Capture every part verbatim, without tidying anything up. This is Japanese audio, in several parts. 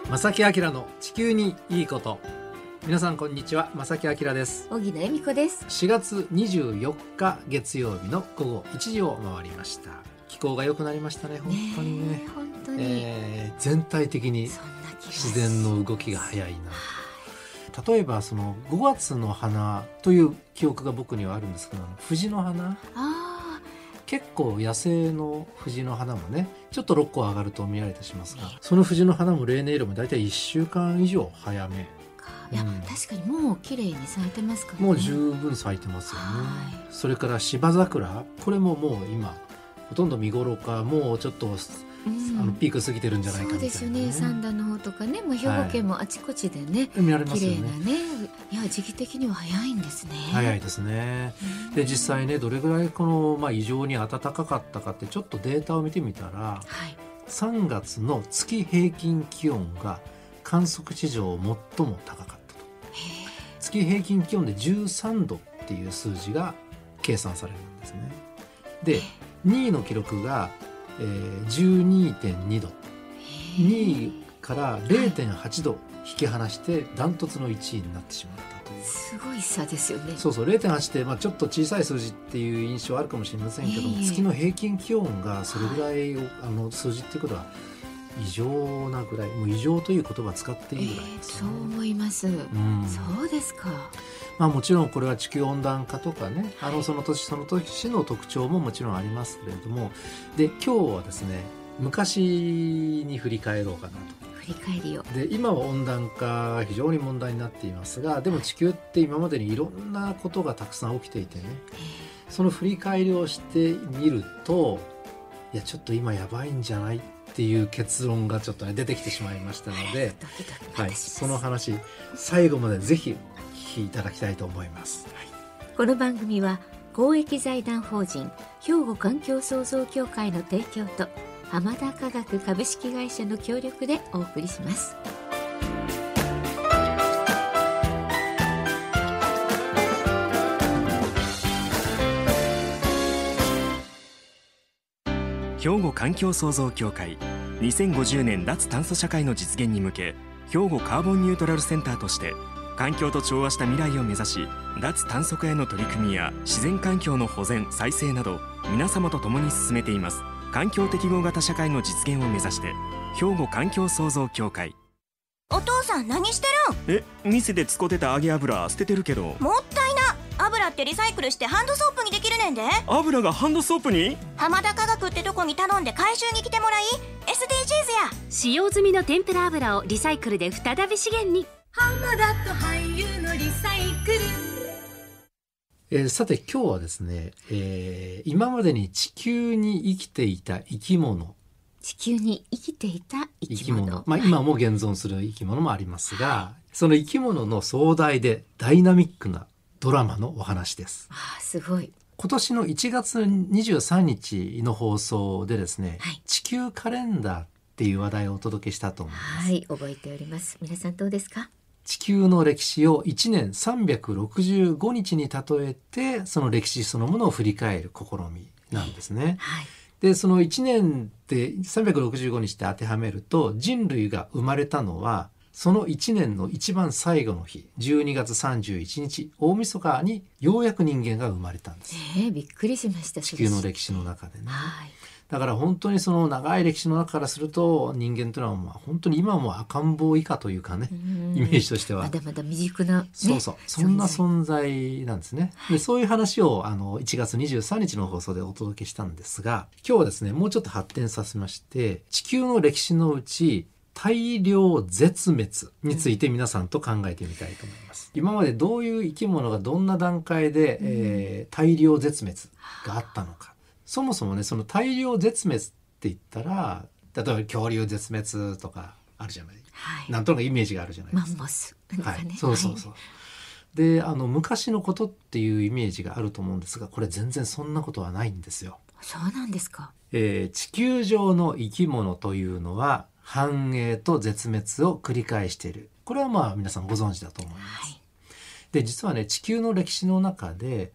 正木明の地球にいいこと。皆さんこんにちは、正木明です。 荻野恵美子です。 しがつにじゅうよっか月曜日の午後いちじを回りました。気候が良くなりましたね。本当にね、 本当に、 えー、全体的に自然の動きが早いな。例えばそのごがつの花という記憶が僕にはあるんですけど、藤の花、 あ結構野生の藤の花もねちょっとろっこ上がると見られたりしますが、その藤の花も例年よりもだいたいいっしゅうかん以上早め。 いや、うん、確かにもう綺麗に咲いてますからね。 もう十分咲いてますよね。それから芝桜、これももう今ほとんど見頃か、もうちょっと、うん、あのピーク過ぎてるんじゃないかみたいな、ね、 そうですよね。三田の方とかね、もう兵庫県もあちこちでね、はい、 見られますよね。 綺麗なね。いや、時期的には早いんですね。 早いですね。で実際ね、どれぐらいこの、まあ、異常に暖かかったかってちょっとデータを見てみたら、はい、さんがつの月平均気温が観測史上最も高かった。月平均気温でじゅうさんどっていう数字が計算されるんですね。でにいの記録が、えー、じゅうにてんにど、にいから れいてんはちど引き離してダントツのいちいになってしまったという。 すごい差ですよね。 そうそう、 れいてんはち って、まあ、ちょっと小さい数字っていう印象あるかもしれませんけども、月の平均気温がそれぐらい、あの数字っていうことは異常なぐらい、もう異常という言葉を使っていいぐらいです、ね。 えー、そう思います、うん、そうですか。 まあ、もちろんこれは地球温暖化とかね、あのその年その年の特徴ももちろんありますけれども、で今日はですね、昔に振り返ろうかなと。 振り返りを。で今は温暖化非常に問題になっていますが、でも地球って今までにいろんなことがたくさん起きていてね、その振り返りをしてみると、いやちょっと今やばいんじゃないっていう結論がちょっと、ね、出てきてしまいましたので、はい、その話最後までぜひお聞きいただきたいと思います。はい、 この番組は公益財団法人兵庫環境創造協会の提供と浜田化学株式会社の協力でお送りします。 兵庫環境創造協会にせんごじゅうねん脱炭素社会の実現に向け、兵庫カーボンニュートラルセンターとして環境と調和した未来を目指し、脱炭素化への取り組みや自然環境の保全再生など皆様と共に進めています。環境適合型社会の実現を目指して、兵庫環境創造協会。 お父さん何してるん？え、店で使ってた揚げ油捨ててるけど。 もったいな。油ってリサイクルしてハンドソープにできるねんで。 油がハンドソープに？ 浜田化学ってとこに頼んで回収に来てもらい、 エスディージーズ や。 使用済みの天ぷら油をリサイクルで再び資源に。 浜田と俳優のリサイクル。 えー、さて今日はですね、えー、今までに地球に生きていた生き物、 地球に生きていた生き物、生き物、 まあ、今も現存する生き物もありますが、はい、その生き物の壮大でダイナミックなドラマのお話です。 ああ、すごい。 今年のいちがつにじゅうさんにちの放送でですね、はい、地球カレンダーっていう話題をお届けしたと思います。 はい、覚えております。皆さんどうですか？ 地球の歴史をいちねんさんびゃくろくじゅうごにちに例えて、その歴史そのものを振り返る試みなんですね。はい、でそのいちねんでさんびゃくろくじゅうごにちで当てはめると、人類が生まれたのはそのいちねんの一番最後の日、じゅうにがつさんじゅういちにち大晦日にようやく人間が生まれたんです。 えー、びっくりしました。 地球の歴史の中でね。 はい、 だから本当にその長い歴史の中からすると、人間というのはまあ本当に今も赤ん坊以下というかね、イメージとしてはまだまだ未熟な、ね、 そうそう、そんな存在なんですね。でそういう話をあのいちがつにじゅうさんにちの放送でお届けしたんですが、今日はですねもうちょっと発展させまして、地球の歴史のうち大量絶滅について皆さんと考えてみたいと思います。うん、今までどういう生き物がどんな段階で、うんえー、大量絶滅があったのか。そもそもね、その大量絶滅って言ったら、例えば恐竜絶滅とかあるじゃない、はい、なんとなくイメージがあるじゃないですか。 マンモス、ね、 はい、そうそうそう、はい、であの昔のことっていうイメージがあると思うんですが、これ全然そんなことはないんですよ。 そうなんですか。 えー、地球上の生き物というのは繁栄と絶滅を繰り返している。これはまあ皆さんご存知だと思います。はい、で実はね、地球の歴史の中で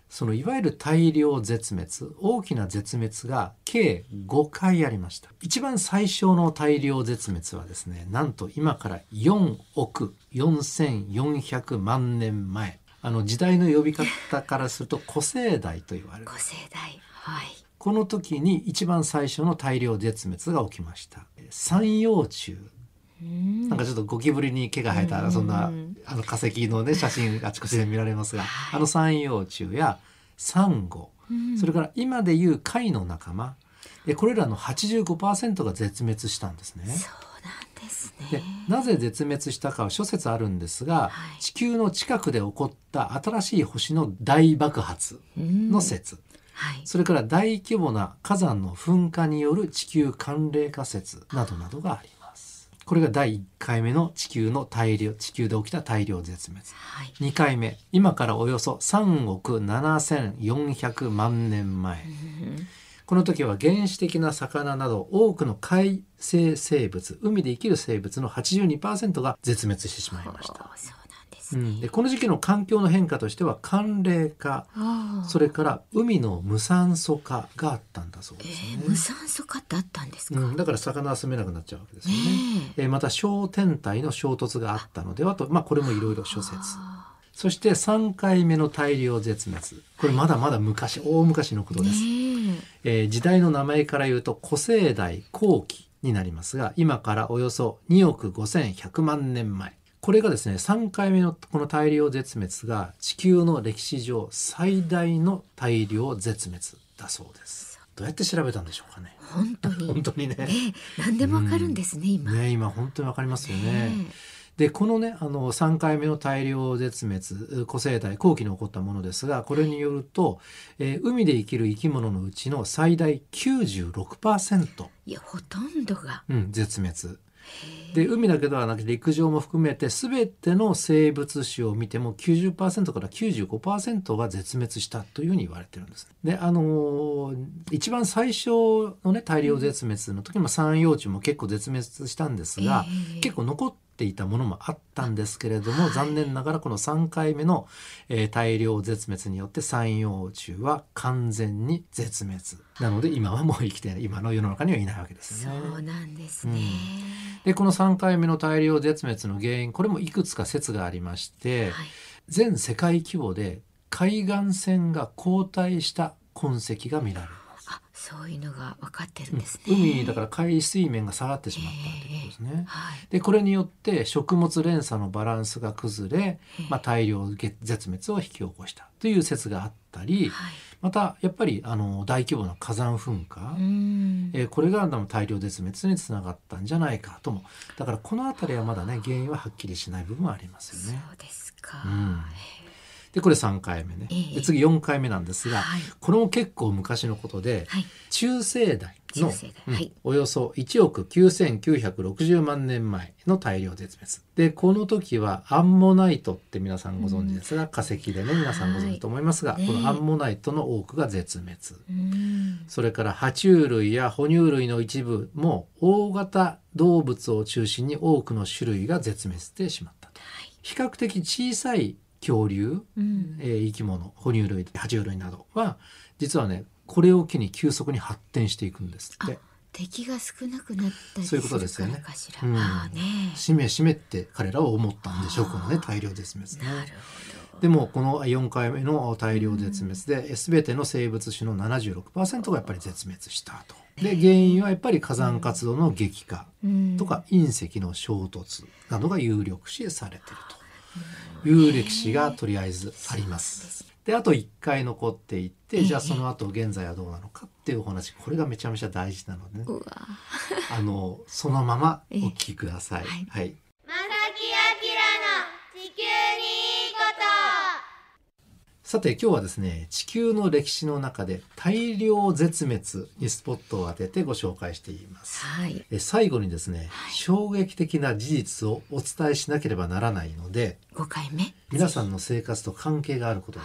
そのいわゆる大量絶滅、大きな絶滅が計ごかいありました。一番最小の大量絶滅はですね、なんと今からよんおくよんせんよんひゃくまんねんまえ、あの時代の呼び方からすると古生代と言われる古生代、はい、 この時に一番最初の大量絶滅が起きました。三葉虫、んなんかちょっとゴキブリに毛が生えたそんなあの化石のね写真あちこちで見られますが、はい、あの三葉虫やサンゴ、それから今でいう貝の仲間、これらの はちじゅうごパーセント が絶滅したんですね。 そうなんですね。 でなぜ絶滅したかは諸説あるんですが、はい、地球の近くで起こった新しい星の大爆発の説、はい、それから大規模な火山の噴火による地球寒冷化説などなどがあります。これがだいいっかいめの地球の大量地球で起きた大量絶滅、はい、にかいめ、今からおよそさんおくななせんよんひゃくまんねんまえ、この時は原始的な魚など多くの海生生物、海で生きる生物の はちじゅうにパーセント が絶滅してしまいました。うん、でこの時期の環境の変化としては寒冷化、それから海の無酸素化があったんだそうですね。 えー、無酸素化ってあったんですか？ うん、だから魚は住めなくなっちゃうわけですよね。えーえー、また小天体の衝突があったのではと、まあ、これもいろいろ諸説。そしてさんかいめの大量絶滅、これまだまだ昔、はい、大昔のことです。えー、時代の名前から言うと古生代後期になりますが、今からおよそにおくごせんひゃくまんねんまえ、これがですね、さんかいめのこの大量絶滅が地球の歴史上最大の大量絶滅だそうです。どうやって調べたんでしょうかね。 本当に本当にね、ね、 何でもわかるんですね、うん、今ね、今本当にわかりますよね。ねでこのね、あのさんかいめの大量絶滅、古生代後期に起こったものですが、これによると、えー、海で生きる生き物のうちの最大 きゅうじゅうろくパーセント、 いやほとんどが、 うん、絶滅で、海だけではなくて陸上も含めて全ての生物種を見ても きゅうじゅっパーセント から きゅうじゅうごパーセント が絶滅したというふうに言われてるんです。で、あのー、一番最初のね大量絶滅の時も三葉虫も結構絶滅したんですが、えー、結構残っていたものもあったんですけれども、はい、残念ながらこのさんかいめの、えー、大量絶滅によって三葉虫は完全に絶滅なので、今はもう生きてない、今の世の中にはいないわけですよね。 そうなんですね。うん、 でこのさんかいめの大量絶滅の原因、これもいくつか説がありまして、はい、全世界規模で海岸線が後退した痕跡が見られる。 あ、そういうのが分かってるんですね。 うん、海だから海水面が下がってしまったということですね。はい、でこれによって食物連鎖のバランスが崩れ、まあ、大量絶滅を引き起こしたという説があったり、はい、またやっぱりあの大規模な火山噴火、えー、これが大量絶滅につながったんじゃないかとも。だからこのあたりはまだね原因ははっきりしない部分はありますよね。 そうですか。 うん、でこれさんかいめね、えー、で次よんかいめなんですが、はい、これも結構昔のことで、はい、中生代の中生代、はい、 およそいちおくきゅうせんきゅうひゃくろくじゅうまんねんまえの大量絶滅で、この時はアンモナイトって皆さんご存知ですが、うん、化石でね皆さんご存知と思いますが、はい、このアンモナイトの多くが絶滅、ね、それから爬虫類や哺乳類の一部も大型動物を中心に多くの種類が絶滅してしまったと、はい、比較的小さい恐竜、うんえー、生き物、哺乳類、爬虫類などは実はねこれを機に急速に発展していくんですって。 敵が少なくなったりすそういうことですよね。うん、あね、しめしめって彼らは思ったんでしょう、このね大量絶滅ね。なるほど。でもこのよんかいめの大量絶滅で、うん、全ての生物種の ななじゅうろくパーセント がやっぱり絶滅したと。で原因はやっぱり火山活動の激化とか隕石の衝突などが有力視されているという歴史がとりあえずあります。であといっかい残っていって、じゃあその後現在はどうなのかっていうお話、これがめちゃめちゃ大事なのでね、うわあのそのままお聞きください。はい、はい、 正木明の地球にいいこと。 さて今日はですね、地球の歴史の中で大量絶滅にスポットを当ててご紹介しています。はい、え最後にですね、はい、衝撃的な事実をお伝えしなければならないので、 ごかいめ皆さんの生活と関係があることです。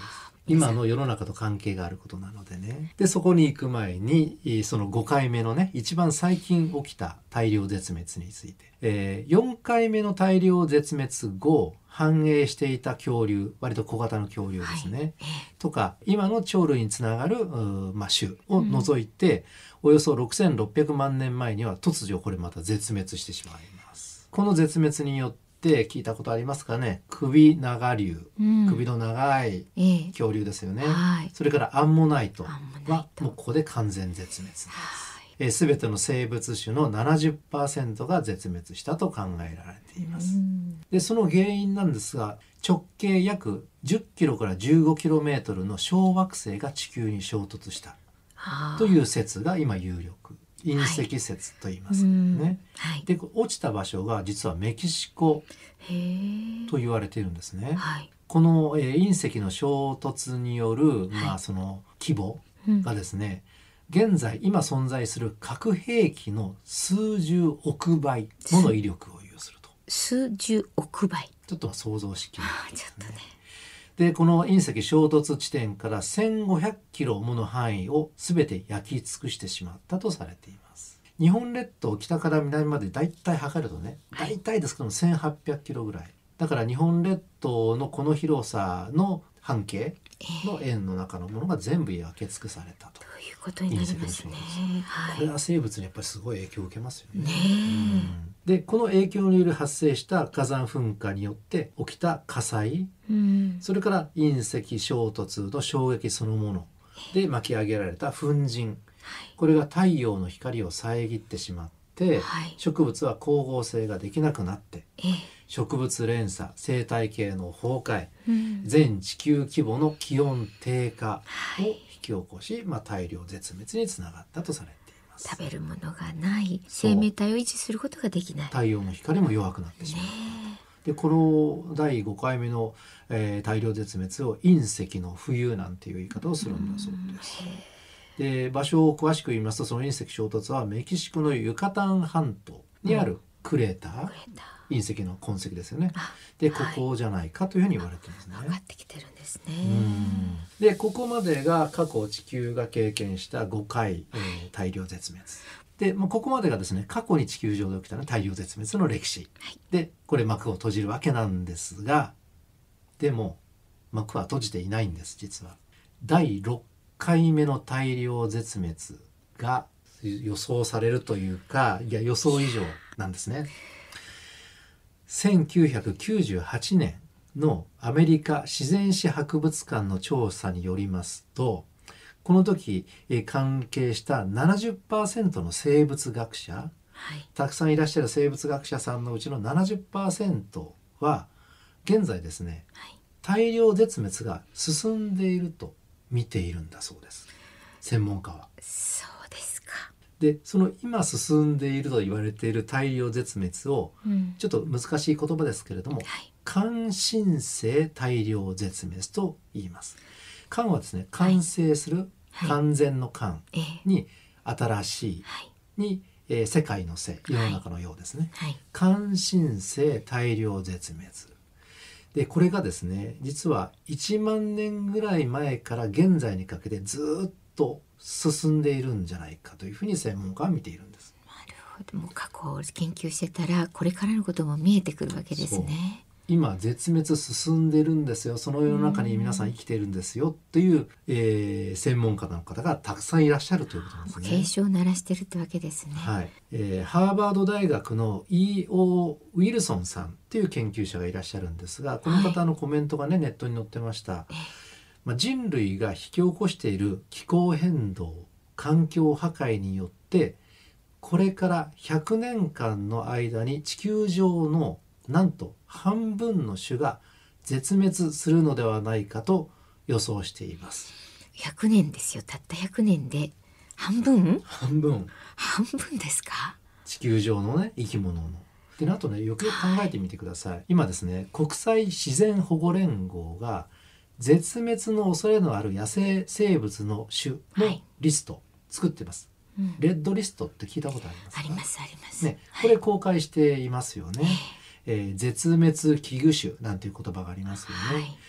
今の世の中と関係があることなのでね。でそこに行く前にそのごかいめのね一番最近起きた大量絶滅について、えー、よんかいめの大量絶滅後繁栄していた恐竜、割と小型の恐竜ですね、はい、とか今の鳥類につながる、まあ、種を除いて、うん、およそろくせんろっぴゃくまんねんまえには突如これまた絶滅してしまいます。この絶滅によって聞いたことありますかね。首長竜、うん、首の長い恐竜ですよね、えーはい、それからアンモナイトはもうここで完全絶滅です。えー、全ての生物種の ななじゅっパーセント が絶滅したと考えられています。でその原因なんですが、直径約じゅっキロからじゅうごキロメートルの小惑星が地球に衝突したという説が今有力、隕石説と言いますね、はい、で落ちた場所が実はメキシコと言われているんですね、はい、この、えー、隕石の衝突による、まあ、その規模がですね、うん、現在今存在する核兵器の数十億倍もの威力を有すると。 数十億倍、 ちょっと想像しきれないですね。 ちょっとね。 でこの隕石衝突地点からせんごひゃくキロもの範囲を全て焼き尽くしてしまったとされています。日本列島北から南までだいたい測るとね、だいたいですけどせんはっぴゃくキロぐらいだから、日本列島のこの広さの半径の円の中のものが全部焼け尽くされたと、 ということになりますね、はい、 これは生物にやっぱりすごい影響を受けますよね。 ねうんでこの影響による発生した火山噴火によって起きた火災、うん、それから隕石衝突の衝撃そのもので巻き上げられた粉塵、はい、これが太陽の光を遮ってしまって、はい、植物は光合成ができなくなって、植物連鎖、生態系の崩壊、うん、全地球規模の気温低下を引き起こし、はい、まあ、大量絶滅につながったとされています。 食べるものがない、生命体を維持することができない、 太陽の光も弱くなってしまう、ね、でこのだいごかいめの、えー、大量絶滅を隕石の冬なんていう言い方をするんだそうです。で場所を詳しく言いますと、その隕石衝突はメキシコのユカタン半島にあるクレーター、うん、隕石の痕跡ですよね。でここじゃないかというふうに言われていますね。 分かってきてるんですね。 うんでここまでが過去地球が経験したごかい、えー、大量絶滅で、もうここまでがですね過去に地球上で起きた、ね、大量絶滅の歴史、はい、でこれ幕を閉じるわけなんですが、でも幕は閉じていないんです。実はだいろっかいめの大量絶滅が予想されるというか、いや予想以上なんですね。せんきゅうひゃくきゅうじゅうはちねんのアメリカ自然史博物館の調査によりますと、この時関係した ななじゅっパーセント の生物学者、はい、たくさんいらっしゃる生物学者さんのうちの ななじゅっパーセント は現在ですね、はい、大量絶滅が進んでいると見ているんだそうです。専門家は。 そうですか。 でその今進んでいると言われている大量絶滅を、うん、ちょっと難しい言葉ですけれども、はい、完新性大量絶滅と言います。完はですね、完成する、はい、完全の完に、はい、新しい、はい、に、えー、世界の世、世の中のようですね、はい、完新性大量絶滅で、これがですね実はいちまんねんぐらい前から現在にかけてずっと進んでいるんじゃないかというふうに専門家は見ているんです。 なるほど。もう過去を研究してたらこれからのことも見えてくるわけですね。 今絶滅進んでるんですよ、その世の中に皆さん生きているんですよという、えー、専門家の方がたくさんいらっしゃるということなんですね。 警鐘を鳴らしてるってわけですね。 はい、えー、ハーバード大学の イーオー ウィルソンさんという研究者がいらっしゃるんですが、この方のコメントがね、はい、ネットに載ってました。まあ、人類が引き起こしている気候変動、環境破壊によってこれからひゃくねんかんの間に地球上のなんと半分の種が絶滅するのではないかと予想しています。 ひゃくねんですよ。たったひゃくねんで半分半分半分ですか。 地球上のね生き物ので、あとねよくよく考えてみてください、はい、今ですね国際自然保護連合が絶滅の恐れのある野生生物の種のリストを作ってます、はい、うん、レッドリストって聞いたことありますか？ ありますあります、 ね、これ公開していますよね、はい、えー、絶滅危惧種なんていう言葉がありますよね、はい、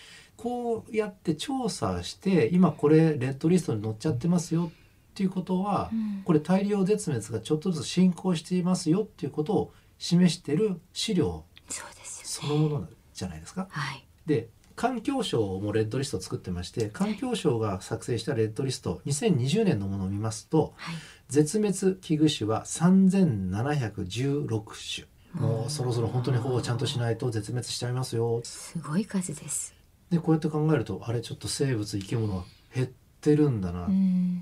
こうやって調査して今これレッドリストに載っちゃってますよっていうことは、うん、これ大量絶滅がちょっとずつ進行していますよっていうことを示している資料そのものじゃないですか。 はい、 で環境省もレッドリストを作ってまして、環境省が作成したレッドリストにせんにじゅうねんのものを見ますと、はい、絶滅危惧種はさんぜんななひゃくじゅうろくしゅ、もうそろそろ本当に保護ちゃんとしないと絶滅しちゃいますよ。 すごい数です。 でこうやって考えると、あれちょっと生物生き物は減ってるんだな、うん、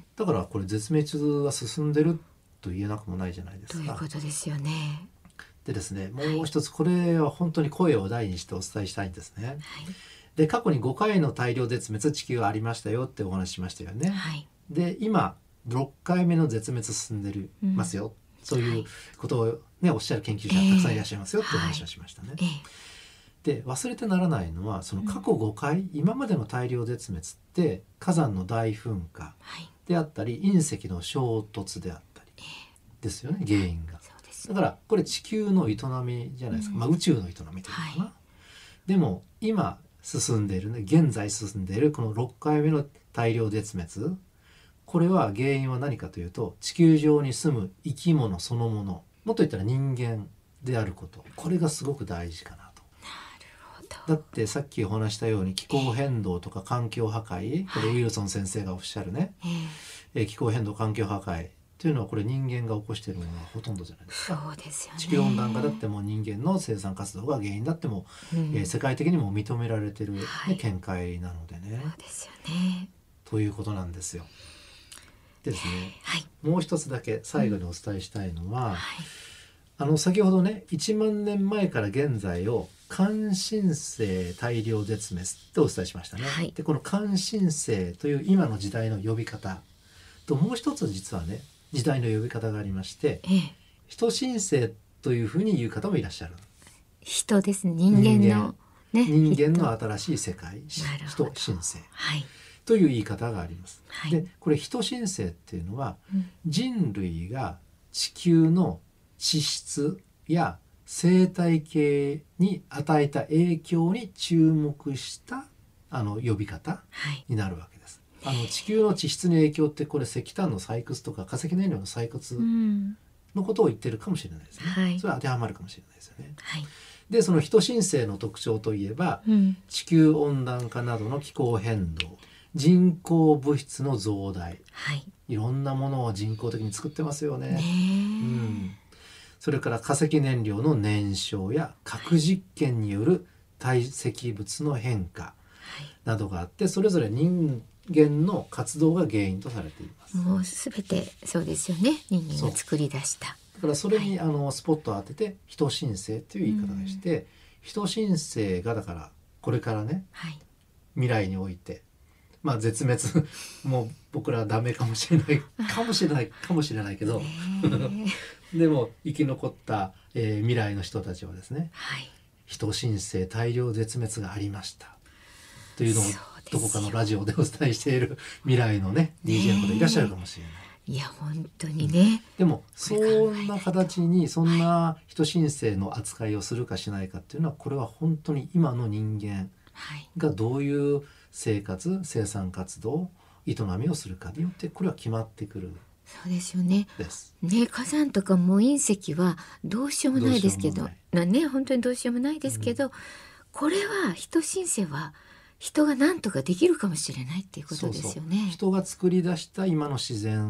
だからこれ絶滅が進んでると言えなくもないじゃないですか。 ということですよね。 でですね、もう一つこれは本当に声を大にしてお伝えしたいんですね。はい、で過去にごかいの大量絶滅地球がありましたよってお話ししましたよね。はい、で今ろっかいめの絶滅進んでる、うん、ますよ、そういうことを、ね、おっしゃる研究者がたくさんいらっしゃいますよってお話をしましたね。えーはいで忘れてならないのは、その過去ごかい、うん、今までの大量絶滅って火山の大噴火であったり、はい、隕石の衝突であったりですよね、原因が。そうですよ。だからこれ地球の営みじゃないですか、うんまあ、宇宙の営みというのかな、はい、でも今進んでいるね、現在進んでいるこのろっかいめの大量絶滅、これは原因は何かというと、地球上に住む生き物そのもの、もっと言ったら人間であること、これがすごく大事かな。だってさっきお話したように気候変動とか環境破壊、これウィルソン先生がおっしゃるね、えー、気候変動環境破壊というのはこれ人間が起こしているものがほとんどじゃないですか。 そうですよね。 地球温暖化だっても人間の生産活動が原因だっても、うんえー、世界的にも認められている、ねはい、見解なのでね。 そうですよね。 ということなんですよ。でですね、 はい、 もう一つだけ最後にお伝えしたいのは、うんはい、あの先ほどねいちまんねんまえから現在を間新世大量絶滅とお伝えしましたね。はい、でこの間新世という今の時代の呼び方と、もう一つ実はね時代の呼び方がありまして、ええ、人新世というふうに言う方もいらっしゃる。 人ですね、人間の人間、ね、人間の新しい世界、人新世、はい、という言い方があります。はい、でこれ人新世っていうのは、うん、人類が地球の地質や生態系に与えた影響に注目したあの呼び方になるわけです。はい、あの地球の地質の影響ってこれ石炭の採掘とか化石燃料の採掘のことを言ってるかもしれないですね。はい、それは当てはまるかもしれないですよね。はい、でその人新世の特徴といえば、うん、地球温暖化などの気候変動、人工物質の増大、はい、いろんなものを人工的に作ってますよね。ねうんそれから化石燃料の燃焼や核実験による堆積物の変化などがあって、それぞれ人間の活動が原因とされています。 もうすべてそうですよね、人間が作り出した。だからそれに、はい、あのスポットを当てて人新世という言い方をして、うん、人新世がだからこれからね、はい、未来においてまあ絶滅もう僕らはダメかもしれないかもしれないかもしれないけどでも生き残った、えー、未来の人たちはですね、はい、人新世大量絶滅がありましたというのをどこかのラジオでお伝えしている未来のね ディージェー の方いらっしゃるかもしれない。 いや本当にね、 でもそんな形にそんな人新世の扱いをするかしないかっていうのは、これは本当に今の人間がどういう生活生産活動営みをするかによってこれは決まってくる。 そうですよね。ね、火山とかも隕石はどうしようもないですけど、なね本当にどうしようもないですけど、うん、これは人新世は人が何とかできるかもしれないっていうことですよね。 そうそう、人が作り出した今の自然、うん、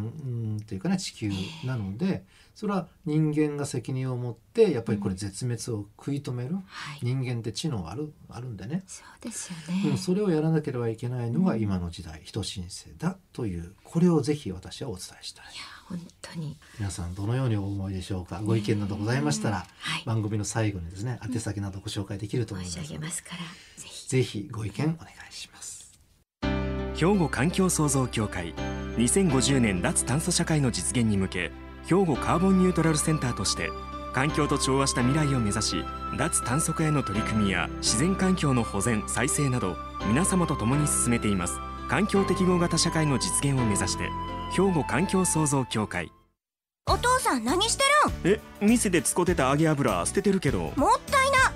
っていうかね地球なので、えー、それは人間が責任を持ってやっぱりこれ絶滅を食い止める、うんはい、人間って知能あるあるんでね。 そうですよね、 うん、それをやらなければいけないのが今の時代、うん、人新世だという、これをぜひ私はお伝えしたい。いや本当に皆さんどのようにお思いでしょうか。ご意見などございましたら、はい、番組の最後にですね宛先などご紹介できると思います。 申し上げますからぜひぜひご意見お願いします。 兵庫環境創造協会にせんごじゅうねん脱炭素社会の実現に向け、兵庫カーボンニュートラルセンターとして環境と調和した未来を目指し、脱炭素化への取り組みや自然環境の保全再生など皆様と共に進めています。環境適合型社会の実現を目指して、兵庫環境創造協会。 お父さん何してるん？ え、店で使ってた揚げ油捨ててるけど。 もったいな。油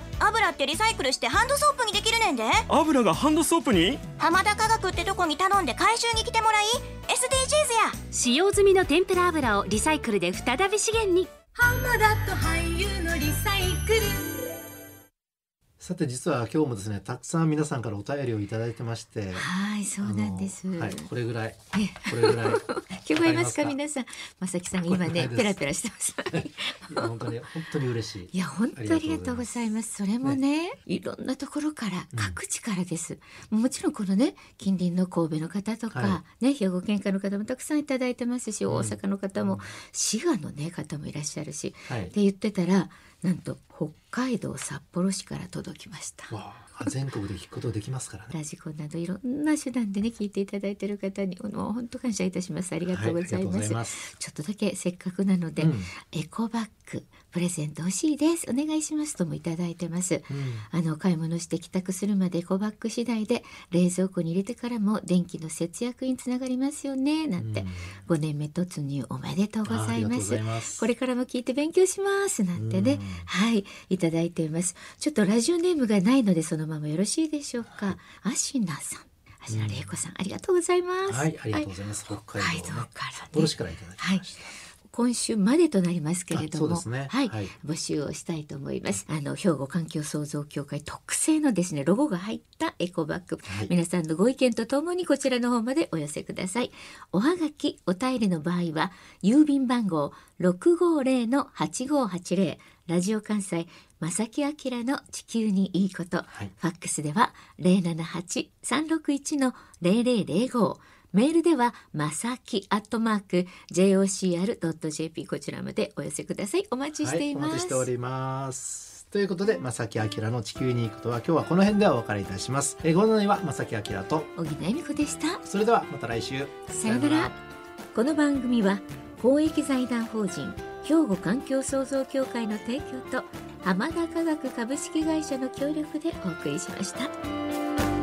油ってリサイクルしてハンドソープにできるねんで。 油がハンドソープに？ 浜田化学ってとこに頼んで回収に来てもらい エスディージーズ や。 使用済みの天ぷら油をリサイクルで再び資源に。 浜田と俳優のリサイクル。 さて実は今日もですね、たくさん皆さんからお便りをいただいてまして、 はい、そうなんです。 はい、これぐらいこれぐらい聞こえますか皆さん。まさきさんが今ねペラペラしてます本当に本当に嬉しい。 いや本当ありがとうございます。それもね、ね、いろんなところから各地からです、うん、もちろんこのね近隣の神戸の方とか、はい、ね、兵庫県下の方もたくさんいただいてますし、大阪の方も、うん、滋賀の、ね、方もいらっしゃるし、はい、って言ってたらなんと北海道札幌市から届きました。 わあ、全国で聞くことできますからね。 ラジコなどいろんな手段でね聞いていただいている方にもう本当感謝いたします。ありがとうございます、はい、ますちょっとだけせっかくなので、うん、エコバッグプレゼント欲しいです、お願いしますともいただいてます、うん、あの買い物して帰宅するまでエコバッグ次第で冷蔵庫に入れてからも電気の節約につながりますよねなんて、うん、ごねんめ突入おめでとうございます。これからも聞いて勉強しますなんてね、うん、はいいただいています。ちょっとラジオネームがないのでそのままよろしいでしょうか、はい、アシナさん、アシナ玲子さん、うん、ありがとうございます。 はい、ありがとうございます、はい、北海道、ね、 北海道から、ね、 札幌市からいただきました、はい、 今週までとなりますけれども、 そうですね、 はいはい、 募集をしたいと思います。あの兵庫環境創造協会特製のですねロゴが入ったエコバッグ、はい、皆さんのご意見とともにこちらの方までお寄せください。おはがきお便りの場合は郵便番号 ろくごーぜろのはちごーはちぜろ ラジオ関西正木明の地球にいいこと、はい、ファックスでは ゼロななはち さんろくいち のゼロゼロゼロご、メールではまさきアットマーク ジェイオーシーアールドットジェーピー こちらまでお寄せください。お待ちしています、はい、 お待ちしております。ということで正木明の地球にいいことは今日はこの辺ではお別れいたします。えご案内は正木明と小木恵美子でした。 それではまた来週、 さよなら。この番組は公益財団法人兵庫環境創造協会の提供と浜田化学株式会社の協力でお送りしました。